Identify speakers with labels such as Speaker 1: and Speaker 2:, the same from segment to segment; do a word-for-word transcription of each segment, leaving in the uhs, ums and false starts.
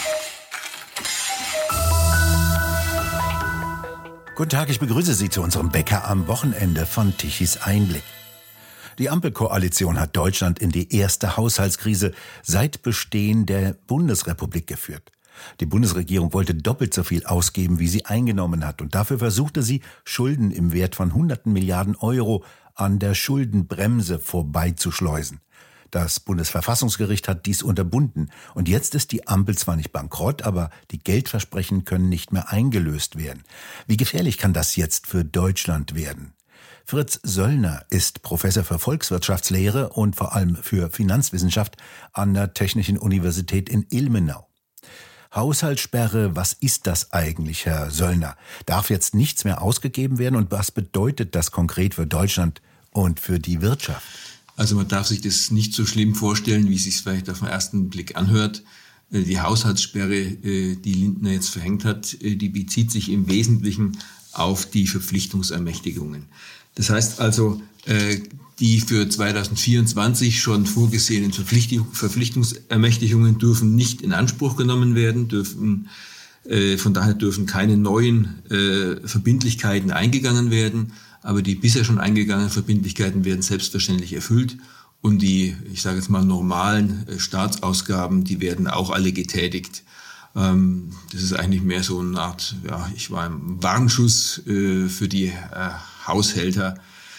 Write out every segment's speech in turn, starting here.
Speaker 1: Guten Tag, ich begrüße Sie zu unserem Bäcker am Wochenende von Tichys Einblick. Die Ampelkoalition hat Deutschland in die erste Haushaltskrise seit Bestehen der Bundesrepublik geführt. Die Bundesregierung wollte doppelt so viel ausgeben, wie sie eingenommen hat. Und dafür versuchte sie, Schulden im Wert von hunderten Milliarden Euro an der Schuldenbremse vorbeizuschleusen. Das Bundesverfassungsgericht hat dies unterbunden. Und jetzt ist die Ampel zwar nicht bankrott, aber die Geldversprechen können nicht mehr eingelöst werden. Wie gefährlich kann das jetzt für Deutschland werden? Fritz Söllner ist Professor für Volkswirtschaftslehre und vor allem für Finanzwissenschaft an der Technischen Universität in Ilmenau. Haushaltssperre, was ist das eigentlich, Herr Söllner? Darf jetzt nichts mehr ausgegeben werden und was bedeutet das konkret für Deutschland und für die Wirtschaft?
Speaker 2: Also man darf sich das nicht so schlimm vorstellen, wie es sich vielleicht auf den ersten Blick anhört. Die Haushaltssperre, die Lindner jetzt verhängt hat, die bezieht sich im Wesentlichen auf die Verpflichtungsermächtigungen. Das heißt also, die für zweitausendvierundzwanzig schon vorgesehenen Verpflichtungsermächtigungen dürfen nicht in Anspruch genommen werden, dürfen, von daher dürfen keine neuen Verbindlichkeiten eingegangen werden. Aber die bisher schon eingegangenen Verbindlichkeiten werden selbstverständlich erfüllt. Und die, ich sage jetzt mal, normalen Staatsausgaben, die werden auch alle getätigt. Ähm, das ist eigentlich mehr so eine Art, ja, ich war ein Warnschuss äh, für die äh, Haushälter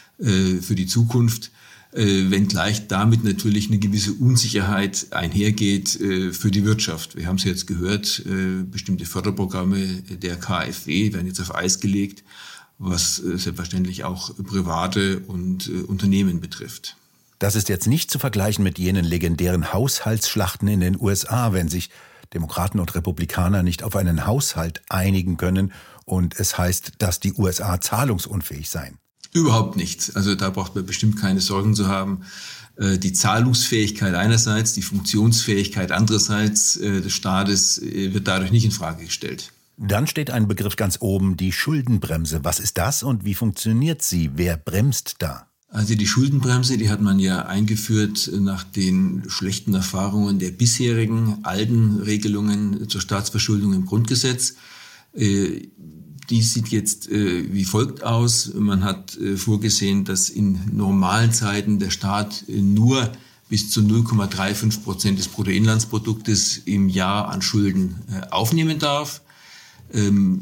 Speaker 2: äh, für die Zukunft. Äh, wenngleich damit natürlich eine gewisse Unsicherheit einhergeht äh, für die Wirtschaft. Wir haben es jetzt gehört, äh, bestimmte Förderprogramme der K f W werden jetzt auf Eis gelegt, was äh, selbstverständlich auch private und äh, Unternehmen betrifft.
Speaker 1: Das ist jetzt nicht zu vergleichen mit jenen legendären Haushaltsschlachten in den U S A, wenn sich Demokraten und Republikaner nicht auf einen Haushalt einigen können und es heißt, dass die U S A zahlungsunfähig seien.
Speaker 2: Überhaupt nicht. Also da braucht man bestimmt keine Sorgen zu haben. Äh, die Zahlungsfähigkeit einerseits, die Funktionsfähigkeit andererseits äh, des Staates äh, wird dadurch nicht in Frage gestellt.
Speaker 1: Dann steht ein Begriff ganz oben, die Schuldenbremse. Was ist das und wie funktioniert sie? Wer bremst da?
Speaker 2: Also die Schuldenbremse, die hat man ja eingeführt nach den schlechten Erfahrungen der bisherigen alten Regelungen zur Staatsverschuldung im Grundgesetz. Die sieht jetzt wie folgt aus. Man hat vorgesehen, dass in normalen Zeiten der Staat nur bis zu null Komma fünfunddreißig Prozent des Bruttoinlandsproduktes im Jahr an Schulden aufnehmen darf. Ähm,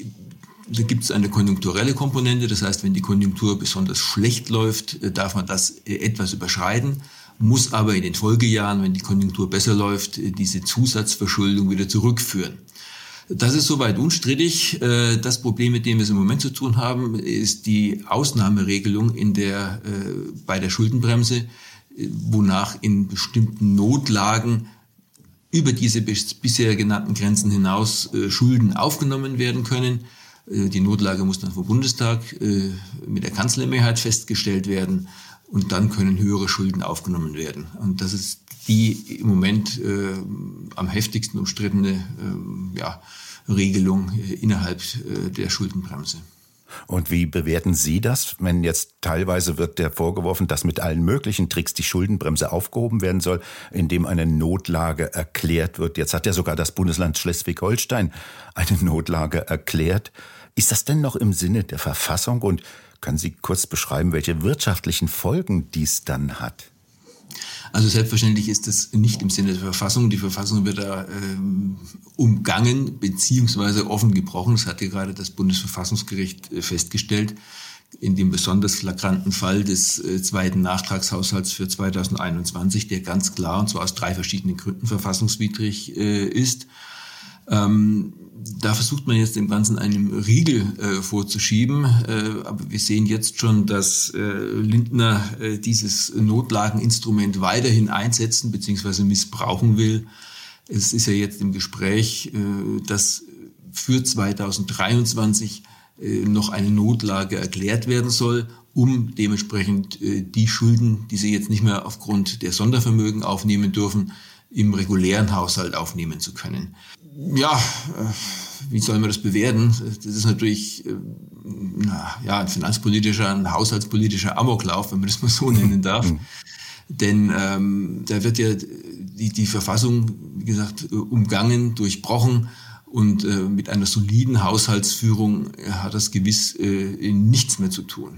Speaker 2: da gibt es eine konjunkturelle Komponente, das heißt, wenn die Konjunktur besonders schlecht läuft, darf man das etwas überschreiten, muss aber in den Folgejahren, wenn die Konjunktur besser läuft, diese Zusatzverschuldung wieder zurückführen. Das ist soweit unstrittig. Das Problem, mit dem wir es im Moment zu tun haben, ist die Ausnahmeregelung in der, bei der Schuldenbremse, wonach in bestimmten Notlagen über diese bisher genannten Grenzen hinaus äh, Schulden aufgenommen werden können. Äh, die Notlage muss dann vom Bundestag äh, mit der Kanzlermehrheit festgestellt werden und dann können höhere Schulden aufgenommen werden. Und das ist die im Moment äh, am heftigsten umstrittene äh, ja, Regelung äh, innerhalb äh, der Schuldenbremse.
Speaker 1: Und wie bewerten Sie das, wenn jetzt teilweise wird der vorgeworfen, dass mit allen möglichen Tricks die Schuldenbremse aufgehoben werden soll, indem eine Notlage erklärt wird? Jetzt hat ja sogar das Bundesland Schleswig-Holstein eine Notlage erklärt. Ist das denn noch im Sinne der Verfassung? Und können Sie kurz beschreiben, welche wirtschaftlichen Folgen dies dann hat?
Speaker 2: Also selbstverständlich ist das nicht im Sinne der Verfassung. Die Verfassung wird da ähm, umgangen beziehungsweise offen gebrochen. Das hat ja gerade das Bundesverfassungsgericht äh, festgestellt. In dem besonders flagranten Fall des äh, zweiten Nachtragshaushalts für zweitausendeinundzwanzig, der ganz klar, und zwar aus drei verschiedenen Gründen, verfassungswidrig äh, ist. Ähm, da versucht man jetzt dem Ganzen einen Riegel äh, vorzuschieben. Äh, aber wir sehen jetzt schon, dass äh, Lindner äh, dieses Notlageninstrument weiterhin einsetzen bzw. missbrauchen will. Es ist ja jetzt im Gespräch, äh, dass für zweitausenddreiundzwanzig äh, noch eine Notlage erklärt werden soll, um dementsprechend äh, die Schulden, die sie jetzt nicht mehr aufgrund der Sondervermögen aufnehmen dürfen, im regulären Haushalt aufnehmen zu können. Ja, wie soll man das bewerten? Das ist natürlich na, ja, ein finanzpolitischer, ein haushaltspolitischer Amoklauf, wenn man das mal so nennen darf. Denn ähm, da wird ja die, die Verfassung, wie gesagt, umgangen, durchbrochen. Und äh, mit einer soliden Haushaltsführung hat das gewiss äh, nichts mehr zu tun.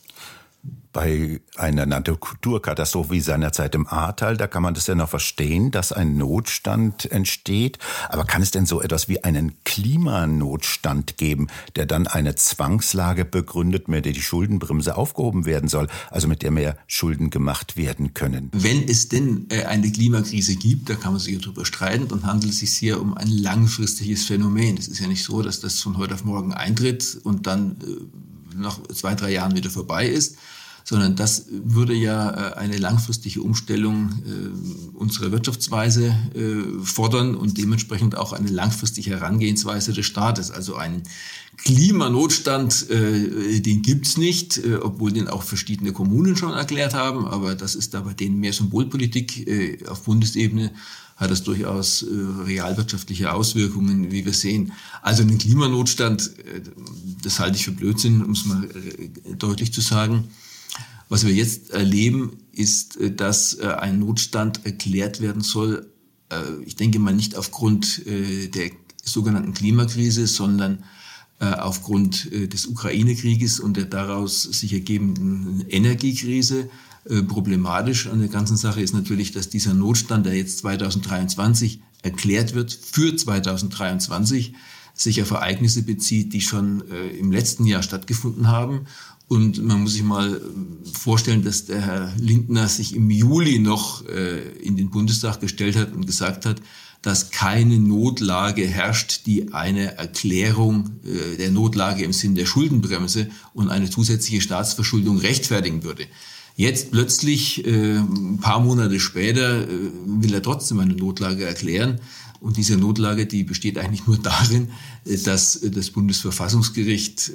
Speaker 1: Bei einer Naturkatastrophe wie seinerzeit im Ahrtal, da kann man das ja noch verstehen, dass ein Notstand entsteht. Aber kann es denn so etwas wie einen Klimanotstand geben, der dann eine Zwangslage begründet, mit der die Schuldenbremse aufgehoben werden soll, also mit der mehr Schulden gemacht werden können?
Speaker 2: Wenn es denn äh, eine Klimakrise gibt, da kann man sich ja darüber streiten, dann handelt es sich hier um ein langfristiges Phänomen. Es ist ja nicht so, dass das von heute auf morgen eintritt und dann äh, nach zwei, drei Jahren wieder vorbei ist, sondern das würde ja eine langfristige Umstellung äh, unserer Wirtschaftsweise äh, fordern und dementsprechend auch eine langfristige Herangehensweise des Staates. Also einen Klimanotstand, äh, den gibt's nicht, äh, obwohl den auch verschiedene Kommunen schon erklärt haben, aber das ist da bei denen mehr Symbolpolitik. Äh, auf Bundesebene hat das durchaus äh, realwirtschaftliche Auswirkungen, wie wir sehen. Also einen Klimanotstand, äh, das halte ich für Blödsinn, um es mal äh, deutlich zu sagen. Was wir jetzt erleben, ist, dass ein Notstand erklärt werden soll, ich denke mal nicht aufgrund der sogenannten Klimakrise, sondern aufgrund des Ukraine-Krieges und der daraus sich ergebenden Energiekrise. Problematisch an der ganzen Sache ist natürlich, dass dieser Notstand, der jetzt zweitausenddreiundzwanzig erklärt wird, für zweitausenddreiundzwanzig sich auf Ereignisse bezieht, die schon im letzten Jahr stattgefunden haben. Und man muss sich mal vorstellen, dass der Herr Lindner sich im Juli noch äh, in den Bundestag gestellt hat und gesagt hat, dass keine Notlage herrscht, die eine Erklärung äh, der Notlage im Sinn der Schuldenbremse und eine zusätzliche Staatsverschuldung rechtfertigen würde. Jetzt plötzlich, äh, ein paar Monate später, äh, will er trotzdem eine Notlage erklären. Und diese Notlage, die besteht eigentlich nur darin, dass das Bundesverfassungsgericht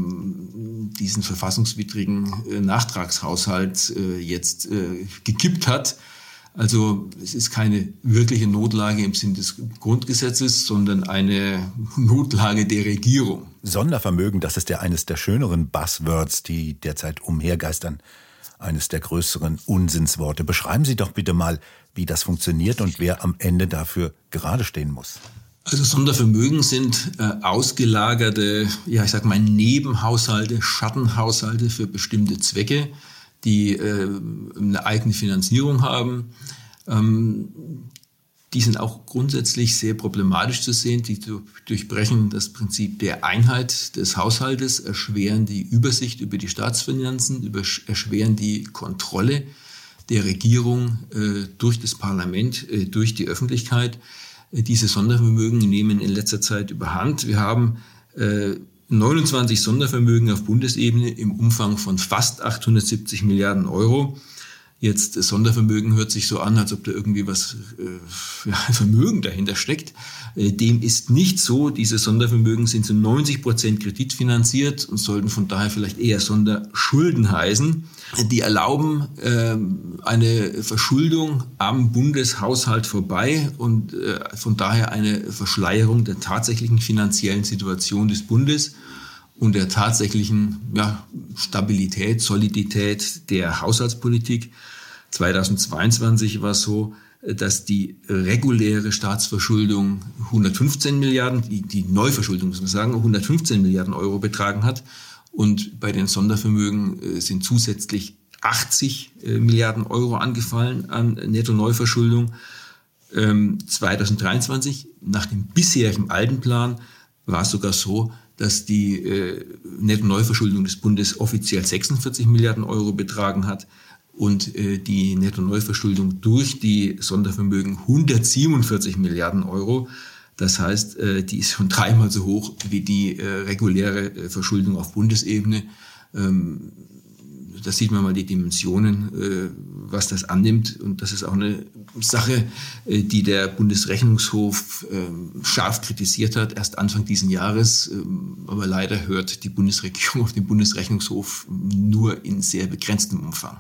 Speaker 2: ähm, diesen verfassungswidrigen äh, Nachtragshaushalt äh, jetzt äh, gekippt hat. Also es ist keine wirkliche Notlage im Sinn des Grundgesetzes, sondern eine Notlage der Regierung.
Speaker 1: Sondervermögen, das ist ja eines der schöneren Buzzwords, die derzeit umhergeistern. Eines der größeren Unsinnsworte. Beschreiben Sie doch bitte mal, wie das funktioniert und wer am Ende dafür gerade stehen muss.
Speaker 2: Also Sondervermögen sind äh, ausgelagerte, ja ich sag mal Nebenhaushalte, Schattenhaushalte für bestimmte Zwecke, die äh, eine eigene Finanzierung haben. Ähm, Die sind auch grundsätzlich sehr problematisch zu sehen. Die durchbrechen das Prinzip der Einheit des Haushaltes, erschweren die Übersicht über die Staatsfinanzen, erschweren die Kontrolle der Regierung äh, durch das Parlament, äh, durch die Öffentlichkeit. Äh, diese Sondervermögen nehmen in letzter Zeit überhand. Wir haben äh, neunundzwanzig Sondervermögen auf Bundesebene im Umfang von fast achthundertsiebzig Milliarden Euro. Jetzt das Sondervermögen hört sich so an, als ob da irgendwie was äh, ja, Vermögen dahinter steckt. Äh, dem ist nicht so. Diese Sondervermögen sind zu neunzig Prozent kreditfinanziert und sollten von daher vielleicht eher Sonderschulden heißen. Die erlauben äh, eine Verschuldung am Bundeshaushalt vorbei und äh, von daher eine Verschleierung der tatsächlichen finanziellen Situation des Bundes und der tatsächlichen ja, Stabilität, Solidität der Haushaltspolitik. zweitausendzweiundzwanzig war es so, dass die reguläre Staatsverschuldung hundertfünfzehn Milliarden, die, die Neuverschuldung muss man sagen, hundertfünfzehn Milliarden Euro betragen hat. Und bei den Sondervermögen äh, sind zusätzlich achtzig äh, Milliarden Euro angefallen an Netto-Neuverschuldung. Ähm, zweitausenddreiundzwanzig, nach dem bisherigen alten Plan, war es sogar so, dass die äh, Netto-Neuverschuldung des Bundes offiziell sechsundvierzig Milliarden Euro betragen hat und äh, die Netto-Neuverschuldung durch die Sondervermögen hundertsiebenundvierzig Milliarden Euro. Das heißt, äh, die ist schon dreimal so hoch wie die äh, reguläre äh, Verschuldung auf Bundesebene. Ähm, da sieht man mal die Dimensionen, äh, was das annimmt. Und das ist auch eine Sache, äh, die der Bundesrechnungshof äh, scharf kritisiert hat, erst Anfang diesen Jahres. Äh, aber leider hört die Bundesregierung auf den Bundesrechnungshof nur in sehr begrenztem Umfang.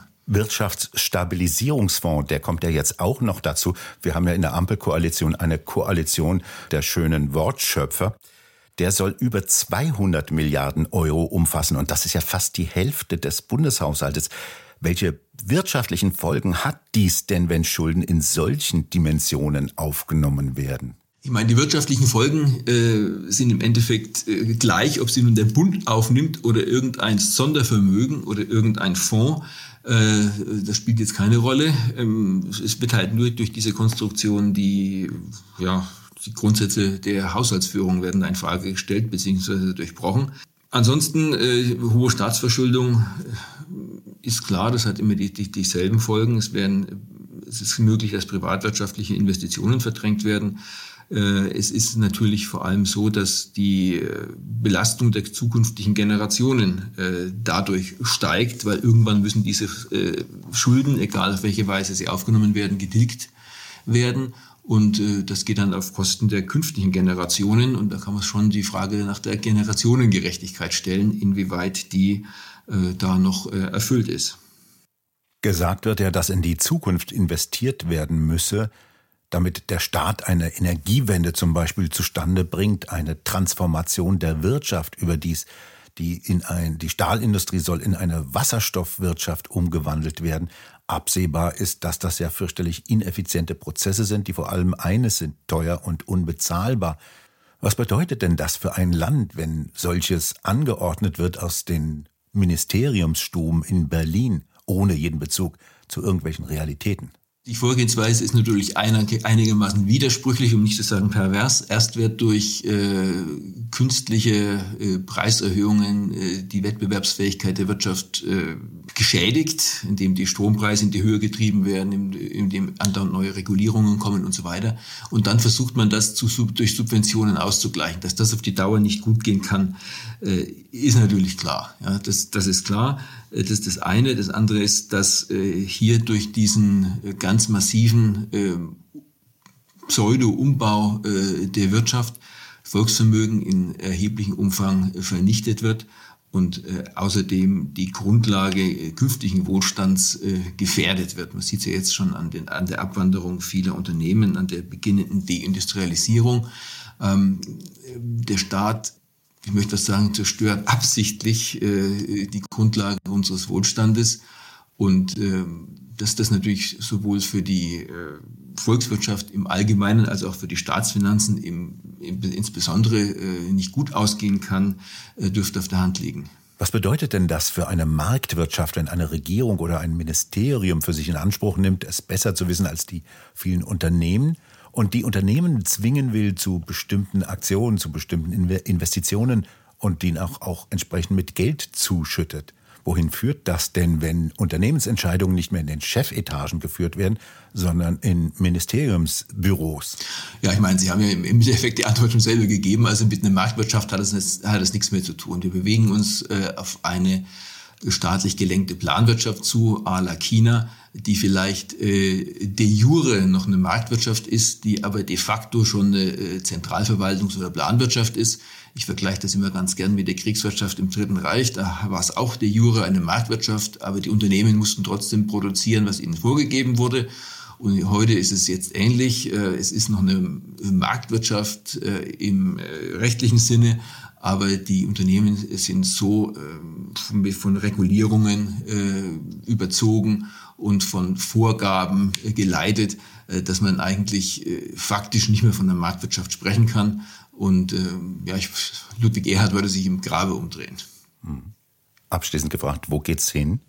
Speaker 1: Wirtschaftsstabilisierungsfonds, der kommt ja jetzt auch noch dazu. Wir haben ja in der Ampelkoalition eine Koalition der schönen Wortschöpfer. Der soll über zweihundert Milliarden Euro umfassen und das ist ja fast die Hälfte des Bundeshaushaltes. Welche wirtschaftlichen Folgen hat dies denn, wenn Schulden in solchen Dimensionen aufgenommen werden?
Speaker 2: Ich meine, die wirtschaftlichen Folgen äh, sind im Endeffekt äh, gleich, ob sie nun der Bund aufnimmt oder irgendein Sondervermögen oder irgendein Fonds. Äh, das spielt jetzt keine Rolle. Ähm, es wird halt nur durch diese Konstruktion die, ja, die Grundsätze der Haushaltsführung werden in Frage gestellt bzw. durchbrochen. Ansonsten äh, hohe Staatsverschuldung äh, ist klar, das hat immer die, die, dieselben Folgen. Es werden, es ist möglich, dass privatwirtschaftliche Investitionen verdrängt werden. Es ist natürlich vor allem so, dass die Belastung der zukünftigen Generationen dadurch steigt, weil irgendwann müssen diese Schulden, egal auf welche Weise sie aufgenommen werden, getilgt werden. Und das geht dann auf Kosten der künftigen Generationen. Und da kann man schon die Frage nach der Generationengerechtigkeit stellen, inwieweit die da noch erfüllt ist.
Speaker 1: Gesagt wird ja, dass in die Zukunft investiert werden müsse, damit der Staat eine Energiewende zum Beispiel zustande bringt, eine Transformation der Wirtschaft überdies. Die, in ein, die Stahlindustrie soll in eine Wasserstoffwirtschaft umgewandelt werden. Absehbar ist, dass das ja fürchterlich ineffiziente Prozesse sind, die vor allem eines sind, teuer und unbezahlbar. Was bedeutet denn das für ein Land, wenn solches angeordnet wird aus den Ministeriumsstuben in Berlin, ohne jeden Bezug zu irgendwelchen Realitäten?
Speaker 2: Die Vorgehensweise ist natürlich einigermaßen widersprüchlich, um nicht zu sagen pervers. Erst wird durch äh, künstliche äh, Preiserhöhungen äh, die Wettbewerbsfähigkeit der Wirtschaft äh, geschädigt, indem die Strompreise in die Höhe getrieben werden, indem andauernd neue Regulierungen kommen und so weiter. Und dann versucht man das zu, durch Subventionen auszugleichen. Dass das auf die Dauer nicht gut gehen kann, äh, ist natürlich klar. Ja, das, das ist klar. Das ist das eine. Das andere ist, dass äh, hier durch diesen äh, ganz massiven äh, Pseudo-Umbau äh, der Wirtschaft Volksvermögen in erheblichem Umfang äh, vernichtet wird und äh, außerdem die Grundlage äh, künftigen Wohlstands äh, gefährdet wird. Man sieht es ja jetzt schon an, den, an der Abwanderung vieler Unternehmen, an der beginnenden Deindustrialisierung. Ähm, der Staat, ich möchte was sagen, zerstört absichtlich äh, die Grundlage unseres Wohlstandes. Und äh, dass das natürlich sowohl für die äh, Volkswirtschaft im Allgemeinen als auch für die Staatsfinanzen im, im, insbesondere äh, nicht gut ausgehen kann, äh, dürfte auf der Hand liegen.
Speaker 1: Was bedeutet denn das für eine Marktwirtschaft, wenn eine Regierung oder ein Ministerium für sich in Anspruch nimmt, es besser zu wissen als die vielen Unternehmen und die Unternehmen zwingen will zu bestimmten Aktionen, zu bestimmten Investitionen und die auch, auch entsprechend mit Geld zuschüttet? Wohin führt das denn, wenn Unternehmensentscheidungen nicht mehr in den Chefetagen geführt werden, sondern in Ministeriumsbüros?
Speaker 2: Ja, ich meine, Sie haben ja im Endeffekt die Antwort schon selber gegeben. Also mit einer Marktwirtschaft hat das, hat das nichts mehr zu tun. Wir bewegen uns äh, auf eine staatlich gelenkte Planwirtschaft zu, à la China, die vielleicht äh, de jure noch eine Marktwirtschaft ist, die aber de facto schon eine äh, Zentralverwaltungs- oder Planwirtschaft ist. Ich vergleiche das immer ganz gern mit der Kriegswirtschaft im Dritten Reich. Da war es auch de jure eine Marktwirtschaft, aber die Unternehmen mussten trotzdem produzieren, was ihnen vorgegeben wurde. Und heute ist es jetzt ähnlich. Es ist noch eine Marktwirtschaft im rechtlichen Sinne, aber die Unternehmen sind so von Regulierungen überzogen und von Vorgaben geleitet, dass man eigentlich faktisch nicht mehr von der Marktwirtschaft sprechen kann. Und äh, ja, ich, Ludwig Erhard würde sich im Grabe umdrehen.
Speaker 1: Abschließend gefragt, wo geht's hin?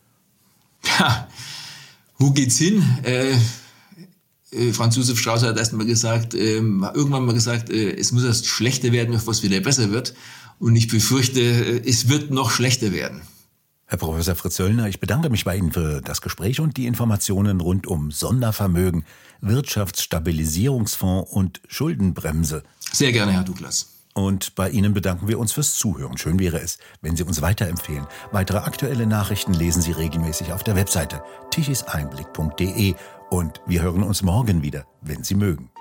Speaker 2: Ja, wo geht's hin? Äh, äh, Franz Josef Strauß hat erst mal gesagt, äh, irgendwann mal gesagt, äh, es muss erst schlechter werden, bevor es wieder besser wird. Und ich befürchte, äh, es wird noch schlechter werden.
Speaker 1: Herr Professor Fritz Söllner, ich bedanke mich bei Ihnen für das Gespräch und die Informationen rund um Sondervermögen, Wirtschaftsstabilisierungsfonds und Schuldenbremse.
Speaker 2: Sehr gerne, Herr Douglas.
Speaker 1: Und bei Ihnen bedanken wir uns fürs Zuhören. Schön wäre es, wenn Sie uns weiterempfehlen. Weitere aktuelle Nachrichten lesen Sie regelmäßig auf der Webseite tichiseinblick punkt de und wir hören uns morgen wieder, wenn Sie mögen.